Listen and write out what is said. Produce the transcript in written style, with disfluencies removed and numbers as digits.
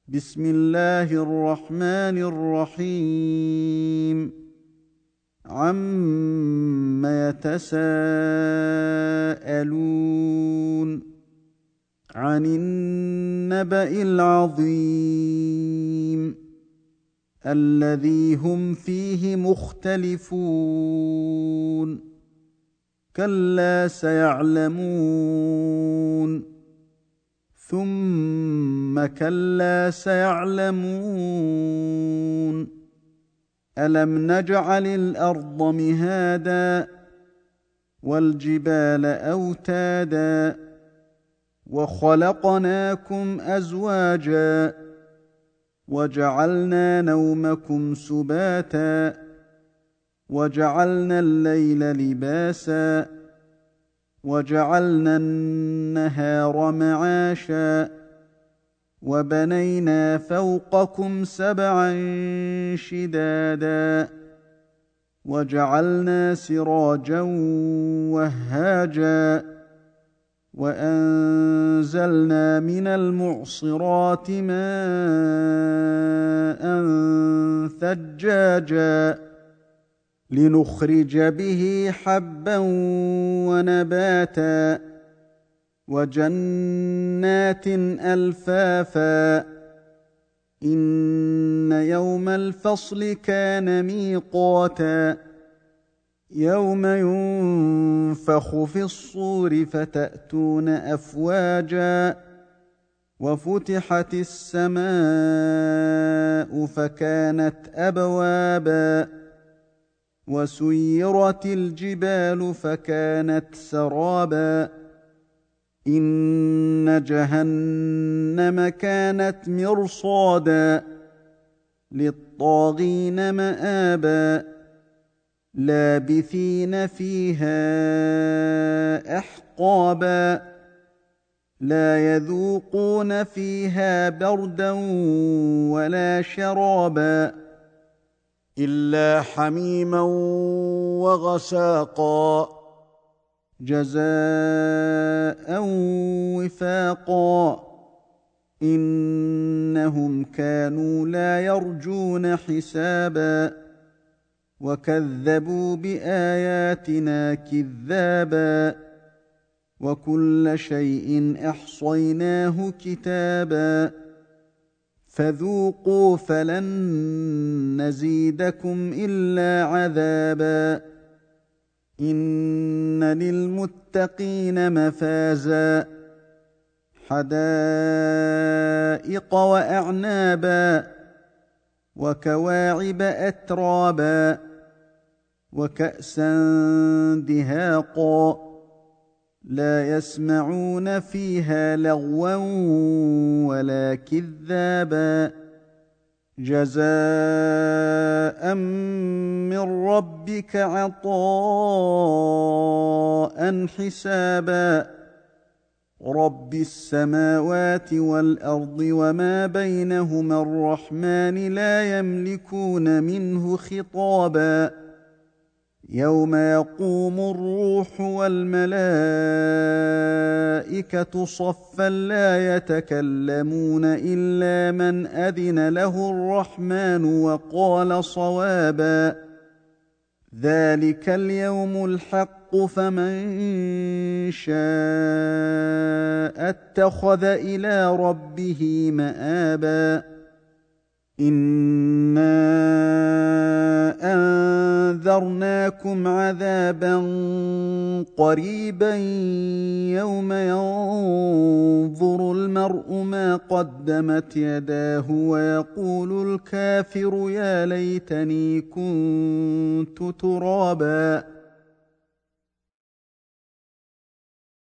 بسم الله الرحمن الرحيم عم يتساءلون عن النبأ العظيم الذي هم فيه مختلفون كلا سيعلمون ثم كلا سيعلمون ألم نجعل الأرض مهادا والجبال أوتادا وخلقناكم أزواجا وجعلنا نومكم سباتا وجعلنا الليل لباسا وجعلنا النهار معاشا وبنينا فوقكم سبعا شدادا وجعلنا سراجا وهاجا وأنزلنا من المعصرات ماء ثجاجا لنخرج به حبا ونباتا وجنات ألفافا إن يوم الفصل كان ميقاتا يوم ينفخ في الصور فتأتون أفواجا وفتحت السماء فكانت أبوابا وسيرت الجبال فكانت سرابا إن جهنم كانت مرصادا للطاغين مآبا لابثين فيها أحقابا لا يذوقون فيها بردا ولا شرابا إلا حميما وغساقا جزاء وفاقا إنهم كانوا لا يرجون حسابا وكذبوا بآياتنا كذابا وكل شيء أحصيناه كتابا فذوقوا فلن نزيدكم إلا عذابا إن للمتقين مفازا حدائق وأعنابا وكواعب أترابا وكأسا دهاقا لا يسمعون فيها لغوا ولا كذابا جزاء من ربك عطاء حسابا رب السماوات والأرض وما بينهما الرحمن لا يملكون منه خطابا يوم يقوم الروح والملائكة صفا لا يتكلمون إلا من أذن له الرحمن وقال صوابا ذلك اليوم الحق فمن شاء اتخذ إلى ربه مآبا إنا أنذرناكم عذابا قريبا يوم ينظر المرء ما قدمت يداه ويقول الكافر يا ليتني كنت ترابا